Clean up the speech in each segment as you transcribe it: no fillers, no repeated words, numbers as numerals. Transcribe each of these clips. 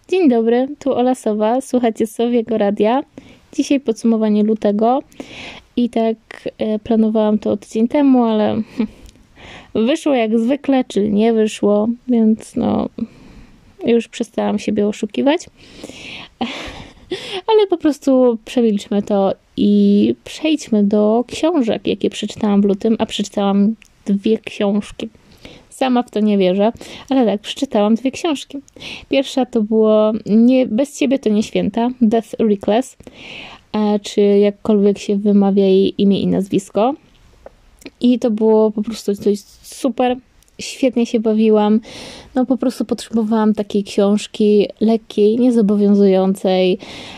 Dzień dobry, tu Ola Sowa, słuchacie Sowiego Radia. Dzisiaj podsumowanie lutego i tak planowałam to tydzień temu, ale wyszło jak zwykle, czyli nie wyszło, więc już przestałam siebie oszukiwać. Ale po prostu przemilczmy to i przejdźmy do książek, jakie przeczytałam w lutym, a przeczytałam 2 książki. Sama w to nie wierzę, ale tak, przeczytałam 2 książki. Pierwsza to było Bez ciebie to nie święta, Death Reckless, czy jakkolwiek się wymawia jej imię i nazwisko. I to było po prostu coś super, świetnie się bawiłam. Po prostu potrzebowałam takiej książki lekkiej, niezobowiązującej.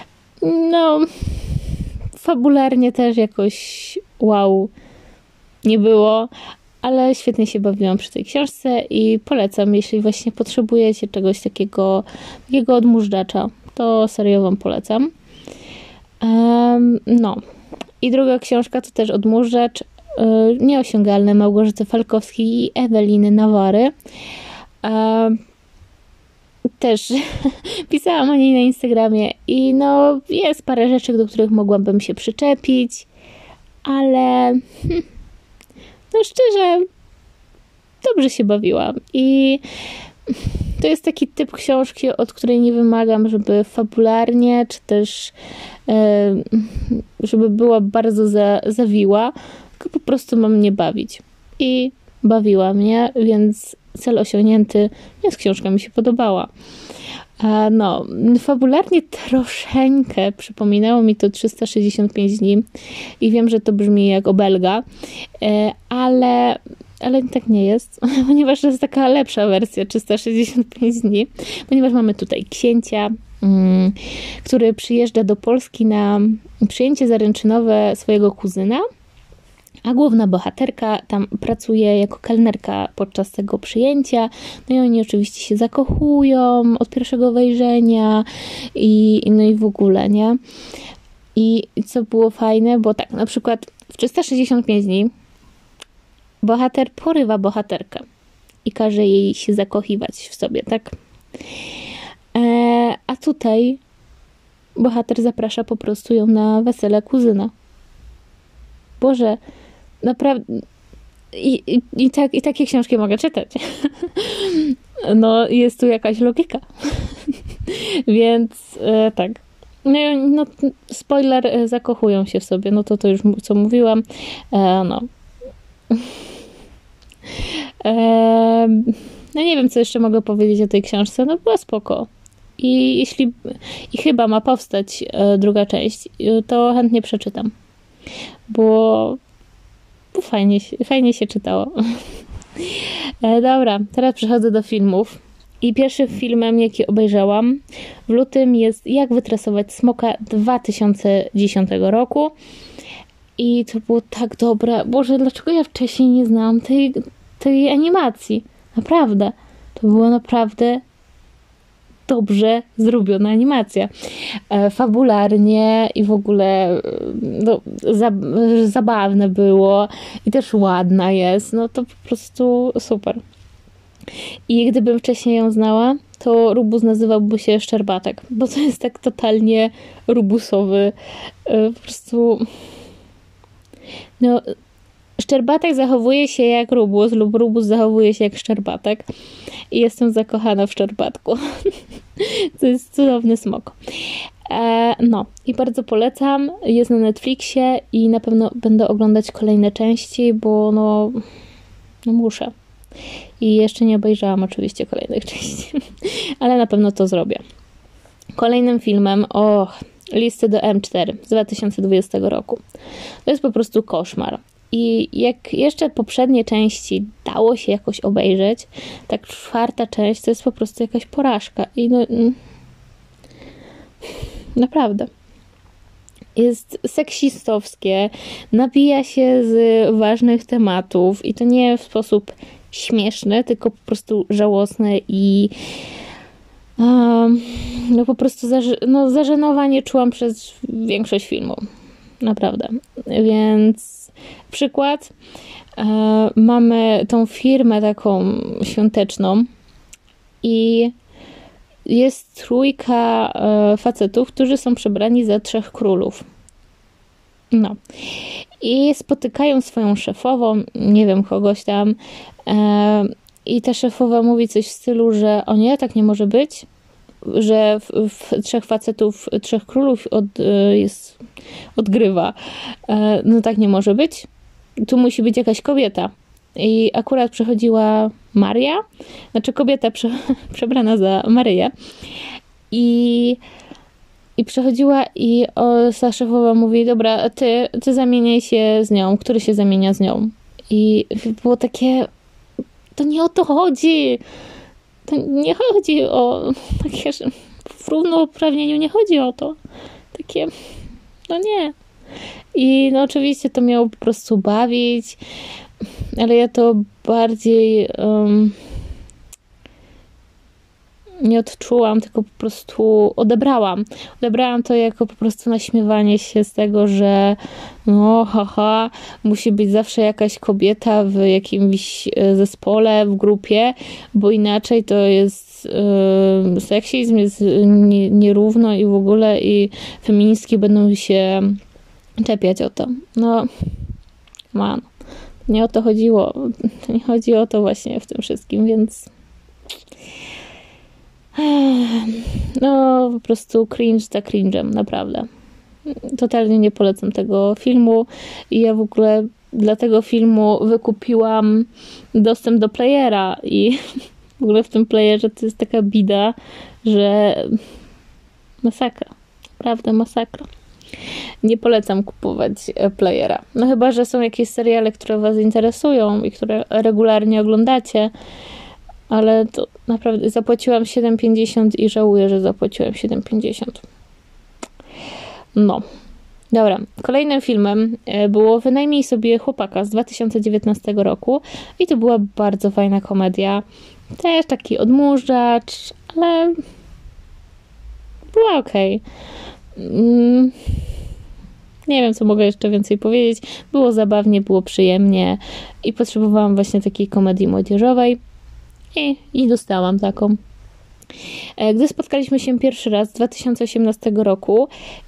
Fabularnie też jakoś wow nie było, ale świetnie się bawiłam przy tej książce i polecam, jeśli właśnie potrzebujecie czegoś takiego odmóżdżacza, to serio wam polecam. I druga książka to też odmóżdżacz, Nieosiągalne Małgorzaty Falkowskiej i Eweliny Nawary. Też pisałam o niej na Instagramie i jest parę rzeczy, do których mogłabym się przyczepić, ale szczerze dobrze się bawiłam i to jest taki typ książki, od której nie wymagam, żeby fabularnie, czy też żeby była bardzo zawiła, tylko po prostu ma mnie bawić. I bawiła mnie, więc cel osiągnięty, więc książka mi się podobała. Fabularnie troszeczkę przypominało mi to 365 dni i wiem, że to brzmi jak obelga, ale tak nie jest, ponieważ to jest taka lepsza wersja 365 dni, ponieważ mamy tutaj księcia, który przyjeżdża do Polski na przyjęcie zaręczynowe swojego kuzyna, a główna bohaterka tam pracuje jako kelnerka podczas tego przyjęcia. I oni oczywiście się zakochują od pierwszego wejrzenia i w ogóle, nie? I co było fajne, bo tak, na przykład w 365 dni bohater porywa bohaterkę i każe jej się zakochiwać w sobie, tak? A tutaj bohater zaprasza po prostu ją na wesele kuzyna. Boże, naprawdę i takie książki mogę czytać. Jest tu jakaś logika. Więc tak. Spoiler, zakochują się w sobie. To już co mówiłam. Nie wiem, co jeszcze mogę powiedzieć o tej książce. Była spoko. I chyba ma powstać druga część, to chętnie przeczytam. Bo fajnie się czytało. Dobra, teraz przechodzę do filmów. I pierwszym filmem, jaki obejrzałam w lutym, jest Jak wytresować smoka 2010 roku. I to było tak dobre. Boże, dlaczego ja wcześniej nie znałam tej animacji? Naprawdę. To było naprawdę dobrze zrobiona animacja. Fabularnie i w ogóle zabawne było i też ładna jest. To po prostu super. I gdybym wcześniej ją znała, to Rubus nazywałby się Szczerbatek, bo to jest tak totalnie rubusowy. Po prostu Szczerbatek zachowuje się jak Rubus lub Rubus zachowuje się jak Szczerbatek i jestem zakochana w Szczerbatku. To jest cudowny smok. I bardzo polecam. Jest na Netflixie i na pewno będę oglądać kolejne części, bo muszę. I jeszcze nie obejrzałam oczywiście kolejnych części, ale na pewno to zrobię. Kolejnym filmem, Listy do M4 z 2020 roku. To jest po prostu koszmar. I jak jeszcze poprzednie części dało się jakoś obejrzeć, tak 4. część to jest po prostu jakaś porażka. I naprawdę. Jest seksistowskie, napija się z ważnych tematów i to nie w sposób śmieszny, tylko po prostu żałosny i po prostu zażenowanie czułam przez większość filmu. Naprawdę. Więc przykład. Mamy tą firmę taką świąteczną i jest trójka facetów, którzy są przebrani za 3 królów. No. I spotykają swoją szefową, nie wiem, kogoś tam, i ta szefowa mówi coś w stylu, że o nie, tak nie może być, że w 3 facetów 3 królów odgrywa. No tak nie może być. Tu musi być jakaś kobieta. I akurat przychodziła Maria, znaczy kobieta przebrana za Maryję. I przychodziła i ta szefowa mówi, dobra, ty zamieniaj się z nią, który się zamienia z nią. I było takie, to nie o to chodzi. To nie chodzi o takie, że w równouprawnieniu nie chodzi o to. Takie, no nie. I no oczywiście to miało po prostu bawić, ale ja to bardziej nie odczułam, tylko po prostu odebrałam. Odebrałam to jako po prostu naśmiewanie się z tego, że no haha, musi być zawsze jakaś kobieta w jakimś zespole, w grupie, bo inaczej to jest seksizm, jest nierówno i w ogóle i feministki będą się czepiać o to. No, man, nie o to chodziło. To nie chodzi o to właśnie w tym wszystkim, więc no po prostu cringe za cringe'em, naprawdę. Totalnie nie polecam tego filmu i ja w ogóle dla tego filmu wykupiłam dostęp do playera i w ogóle w tym playerze to jest taka bida, że masakra, naprawdę masakra. Nie polecam kupować playera. No chyba, że są jakieś seriale, które was interesują i które regularnie oglądacie, ale to naprawdę zapłaciłam 7,50 i żałuję, że zapłaciłam 7,50. No. Dobra. Kolejnym filmem było Wynajmij sobie chłopaka z 2019 roku i to była bardzo fajna komedia. Też taki odmurzacz, ale była okej. Nie wiem, co mogę jeszcze więcej powiedzieć. Było zabawnie, było przyjemnie i potrzebowałam właśnie takiej komedii młodzieżowej i dostałam taką. Gdy spotkaliśmy się pierwszy raz w 2018 roku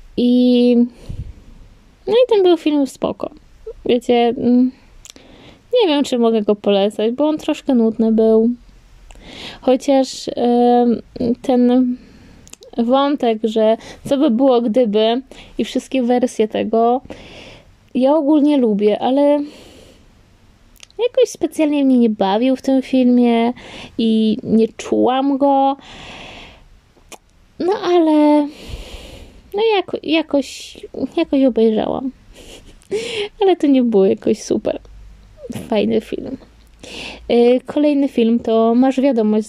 no i ten był film spoko. Wiecie, nie wiem, czy mogę go polecać, bo on troszkę nudny był. Chociaż ten wątek, że co by było gdyby i wszystkie wersje tego ja ogólnie lubię, ale jakoś specjalnie mnie nie bawił w tym filmie i nie czułam go. No ale no jakoś obejrzałam. Ale to nie było jakoś super fajny film. Kolejny film to Masz wiadomość z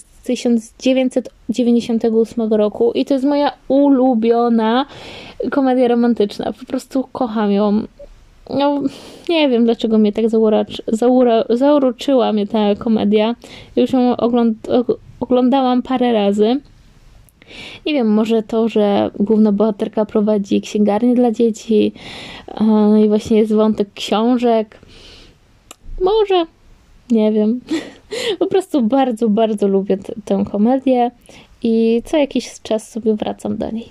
1998 roku i to jest moja ulubiona komedia romantyczna. Po prostu kocham ją. No, nie wiem, dlaczego mnie tak zauroczyła mnie ta komedia. Już ją oglądałam parę razy. Nie wiem, może to, że główna bohaterka prowadzi księgarnię dla dzieci i właśnie jest wątek książek. Może. Nie wiem. Po prostu bardzo, bardzo lubię tę komedię i co jakiś czas sobie wracam do niej.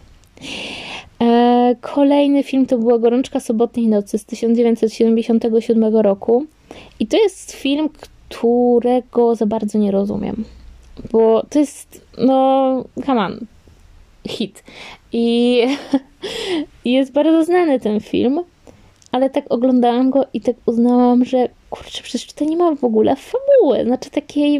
Kolejny film to była Gorączka sobotniej nocy z 1977 roku i to jest film, którego za bardzo nie rozumiem, bo to jest, no, come on, hit i jest bardzo znany ten film, ale tak oglądałam go i tak uznałam, że kurczę, przecież to nie ma w ogóle fabuły, znaczy takiej,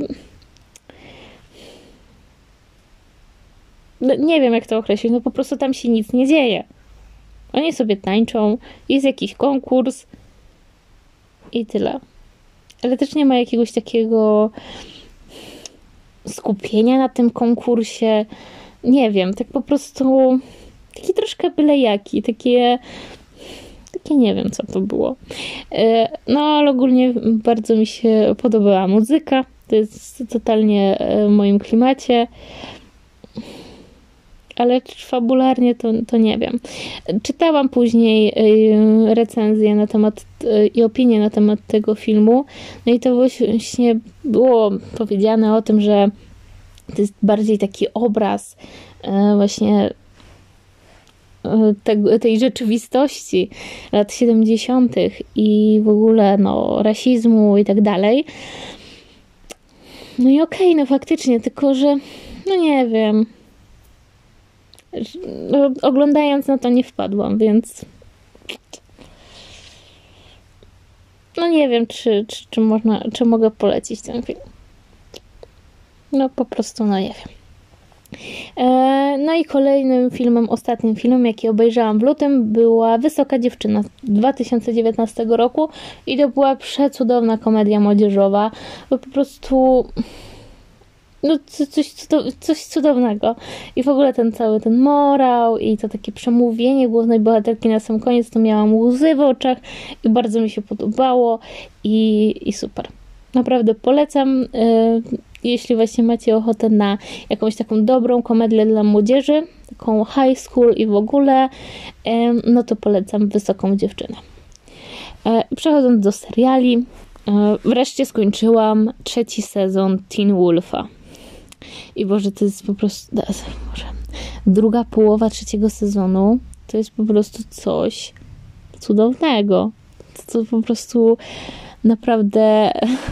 no, nie wiem jak to określić, no po prostu tam się nic nie dzieje. Oni sobie tańczą, jest jakiś konkurs i tyle. Ale też nie ma jakiegoś takiego skupienia na tym konkursie. Nie wiem, tak po prostu taki troszkę byle jaki, takie nie wiem, co to było. No, ale ogólnie bardzo mi się podobała muzyka. To jest totalnie w moim klimacie. Ale fabularnie to nie wiem. Czytałam później recenzje na temat i opinie na temat tego filmu. No i to właśnie było powiedziane o tym, że to jest bardziej taki obraz właśnie tej rzeczywistości lat 70. i w ogóle rasizmu i tak dalej. No i okej, no faktycznie, tylko że no nie wiem, oglądając na to nie wpadłam, więc no nie wiem, czy mogę polecić ten film. No po prostu, no nie wiem. No i kolejnym filmem, ostatnim filmem, jaki obejrzałam w lutym, była Wysoka dziewczyna z 2019 roku i to była przecudowna komedia młodzieżowa, bo po prostu coś cudownego. I w ogóle ten morał i to takie przemówienie głównej bohaterki na sam koniec, to miałam łzy w oczach i bardzo mi się podobało i super. Naprawdę polecam, jeśli właśnie macie ochotę na jakąś taką dobrą komedię dla młodzieży, taką high school i w ogóle, no to polecam Wysoką dziewczynę. Przechodząc do seriali, wreszcie skończyłam 3. sezon Teen Wolfa. I Boże, to jest po prostu... druga połowa 3. sezonu to jest po prostu coś cudownego. To po prostu naprawdę...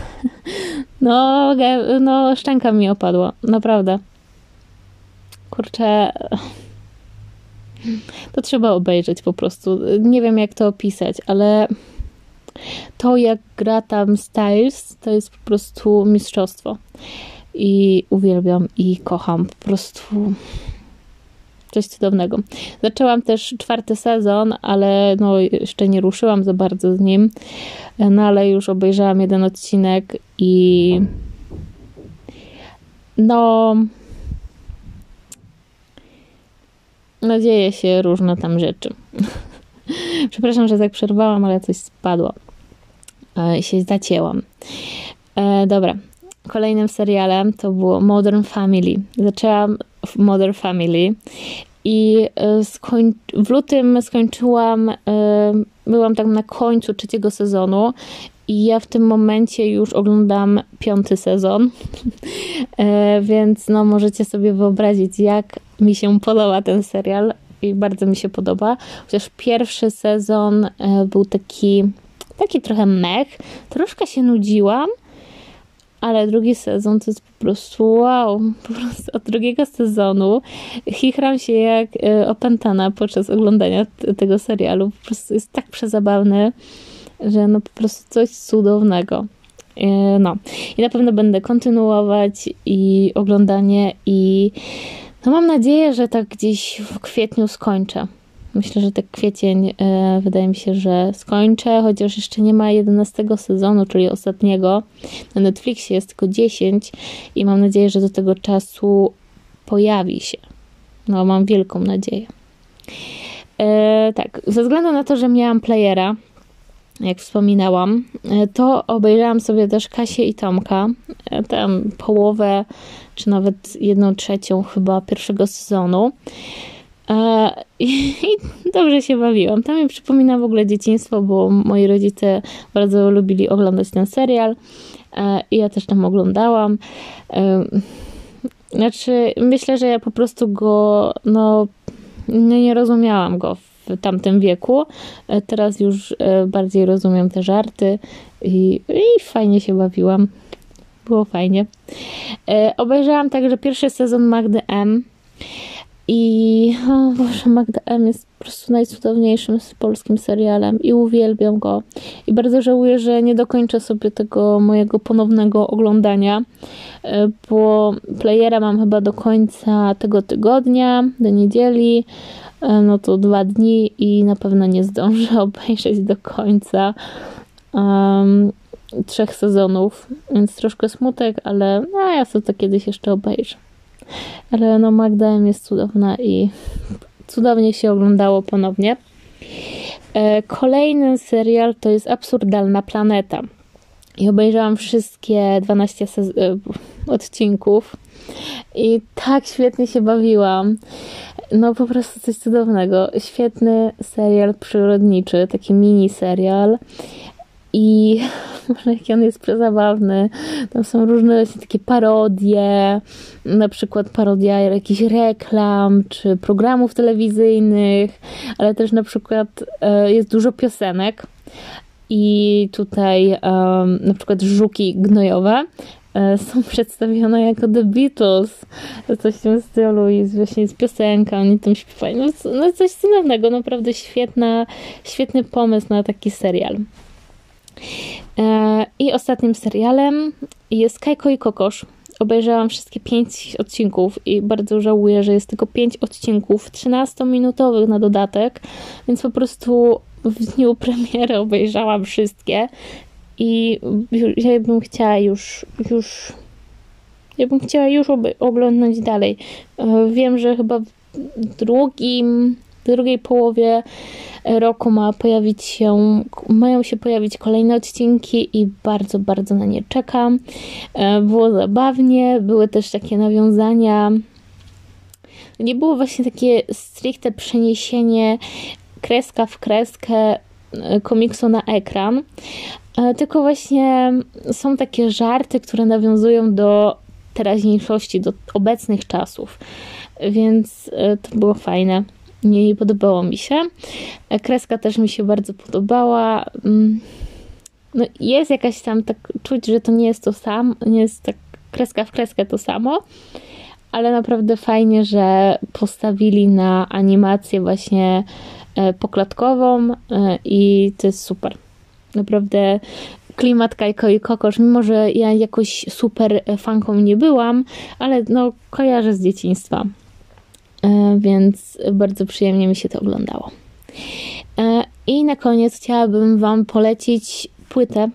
szczęka mi opadła. Naprawdę. Kurczę... To trzeba obejrzeć po prostu. Nie wiem, jak to opisać, ale to, jak gra tam Styles, to jest po prostu mistrzostwo. I uwielbiam i kocham. Po prostu coś cudownego. Zaczęłam też 4. sezon, ale jeszcze nie ruszyłam za bardzo z nim. No ale już obejrzałam 1 odcinek i dzieje się różne tam rzeczy. Przepraszam, że tak przerwałam, ale coś spadło. Się zacięłam. Dobra. Kolejnym serialem to było Modern Family. Zaczęłam w Modern Family i w lutym skończyłam, byłam tak na końcu 3. sezonu i ja w tym momencie już oglądam 5. sezon, więc możecie sobie wyobrazić, jak mi się podoba ten serial i bardzo mi się podoba, chociaż 1. sezon był taki trochę mech, troszkę się nudziłam, ale 2. sezon to jest po prostu wow. Po prostu od 2. sezonu chichram się jak opętana podczas oglądania tego serialu. Po prostu jest tak przezabawny, że po prostu coś cudownego. I na pewno będę kontynuować i oglądanie i mam nadzieję, że tak gdzieś w kwietniu skończę. Myślę, że tak kwiecień, wydaje mi się, że skończę, chociaż jeszcze nie ma 11 sezonu, czyli ostatniego. Na Netflixie jest tylko 10 i mam nadzieję, że do tego czasu pojawi się. Mam wielką nadzieję. Tak, ze względu na to, że miałam playera, jak wspominałam, to obejrzałam sobie też Kasię i Tomka, tam połowę, czy nawet 1/3 chyba 1. sezonu. I dobrze się bawiłam. To mi przypomina w ogóle dzieciństwo, bo moi rodzice bardzo lubili oglądać ten serial i ja też tam oglądałam. Myślę, że ja po prostu go nie rozumiałam go w tamtym wieku. Teraz już bardziej rozumiem te żarty i fajnie się bawiłam. Było fajnie. Obejrzałam także 1. sezon Magdy M. I Boże, Magda M jest po prostu najcudowniejszym polskim serialem i uwielbiam go. I bardzo żałuję, że nie dokończę sobie tego mojego ponownego oglądania, bo playera mam chyba do końca tego tygodnia, do niedzieli, to 2 dni i na pewno nie zdążę obejrzeć do końca 3 sezonów, więc troszkę smutek, ale ja sobie to kiedyś jeszcze obejrzę. Ale Magda M jest cudowna i cudownie się oglądało ponownie. Kolejny serial to jest Absurdalna planeta. I obejrzałam wszystkie 12 odcinków i tak świetnie się bawiłam. Po prostu coś cudownego. Świetny serial przyrodniczy, taki mini serial. i jaki on jest prezabawny. Tam są różne właśnie takie parodie, na przykład parodia jakichś reklam, czy programów telewizyjnych, ale też na przykład jest dużo piosenek i tutaj na przykład Żuki gnojowe są przedstawione jako The Beatles, coś w tym stylu i właśnie jest piosenka, oni tam śpiewają, no coś cudownego, naprawdę świetny pomysł na taki serial. I ostatnim serialem jest Kajko i Kokosz. Obejrzałam wszystkie 5 odcinków i bardzo żałuję, że jest tylko 5 odcinków, 13-minutowych na dodatek, więc po prostu w dniu premiery obejrzałam wszystkie i ja bym chciała już oglądnąć dalej. Wiem, że chyba w drugiej połowie roku mają się pojawić kolejne odcinki i bardzo, bardzo na nie czekam. Było zabawnie, były też takie nawiązania. Nie było właśnie takie stricte przeniesienie kreska w kreskę komiksu na ekran, tylko właśnie są takie żarty, które nawiązują do teraźniejszości, do obecnych czasów. Więc to było fajne. Nie podobało mi się. Kreska też mi się bardzo podobała. No jest jakaś tam, tak czuć, że to nie jest to samo, nie jest tak kreska w kreskę to samo, ale naprawdę fajnie, że postawili na animację właśnie poklatkową i to jest super. Naprawdę klimat Kajko i Kokosz, mimo że ja jakoś super fanką nie byłam, ale no kojarzę z dzieciństwa. Więc bardzo przyjemnie mi się to oglądało. I na koniec chciałabym Wam polecić płytę.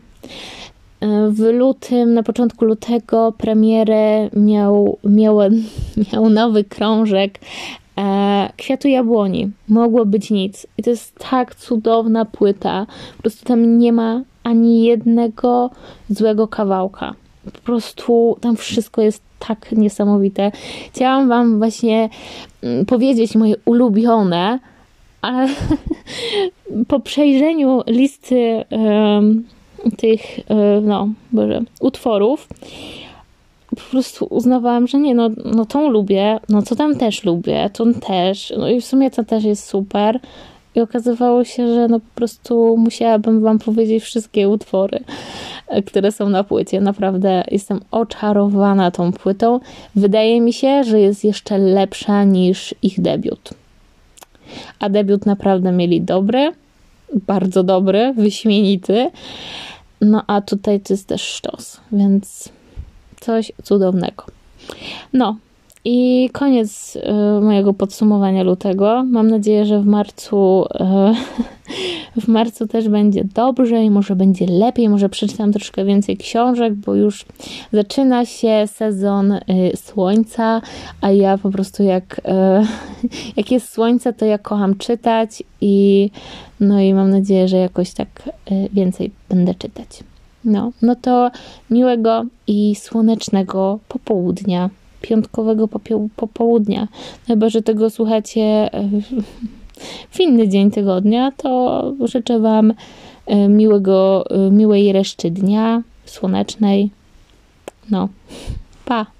Na początku lutego premierę miał nowy krążek Kwiatu Jabłoni. Mogło być nic. I to jest tak cudowna płyta. Po prostu tam nie ma ani jednego złego kawałka. Po prostu tam wszystko jest tak niesamowite. Chciałam Wam właśnie powiedzieć moje ulubione, ale po przejrzeniu listy tych utworów po prostu uznawałam, że nie, no tą lubię, no to tam też lubię, tą też, no i w sumie to też jest super. I okazywało się, że no po prostu musiałabym Wam powiedzieć wszystkie utwory, które są na płycie. Naprawdę jestem oczarowana tą płytą. Wydaje mi się, że jest jeszcze lepsza niż ich debiut. A debiut naprawdę mieli dobry, bardzo dobry, wyśmienity. No a tutaj to jest też sztos, więc coś cudownego. No. I koniec mojego podsumowania lutego. Mam nadzieję, że w marcu też będzie dobrze i może będzie lepiej, może przeczytam troszkę więcej książek, bo już zaczyna się sezon słońca, a ja po prostu jak jest słońce, to ja kocham czytać i mam nadzieję, że jakoś tak więcej będę czytać. No to miłego i słonecznego popołudnia. Piątkowego popołudnia. Chyba że tego słuchacie w inny dzień tygodnia, to życzę Wam miłej reszty dnia, słonecznej. Pa!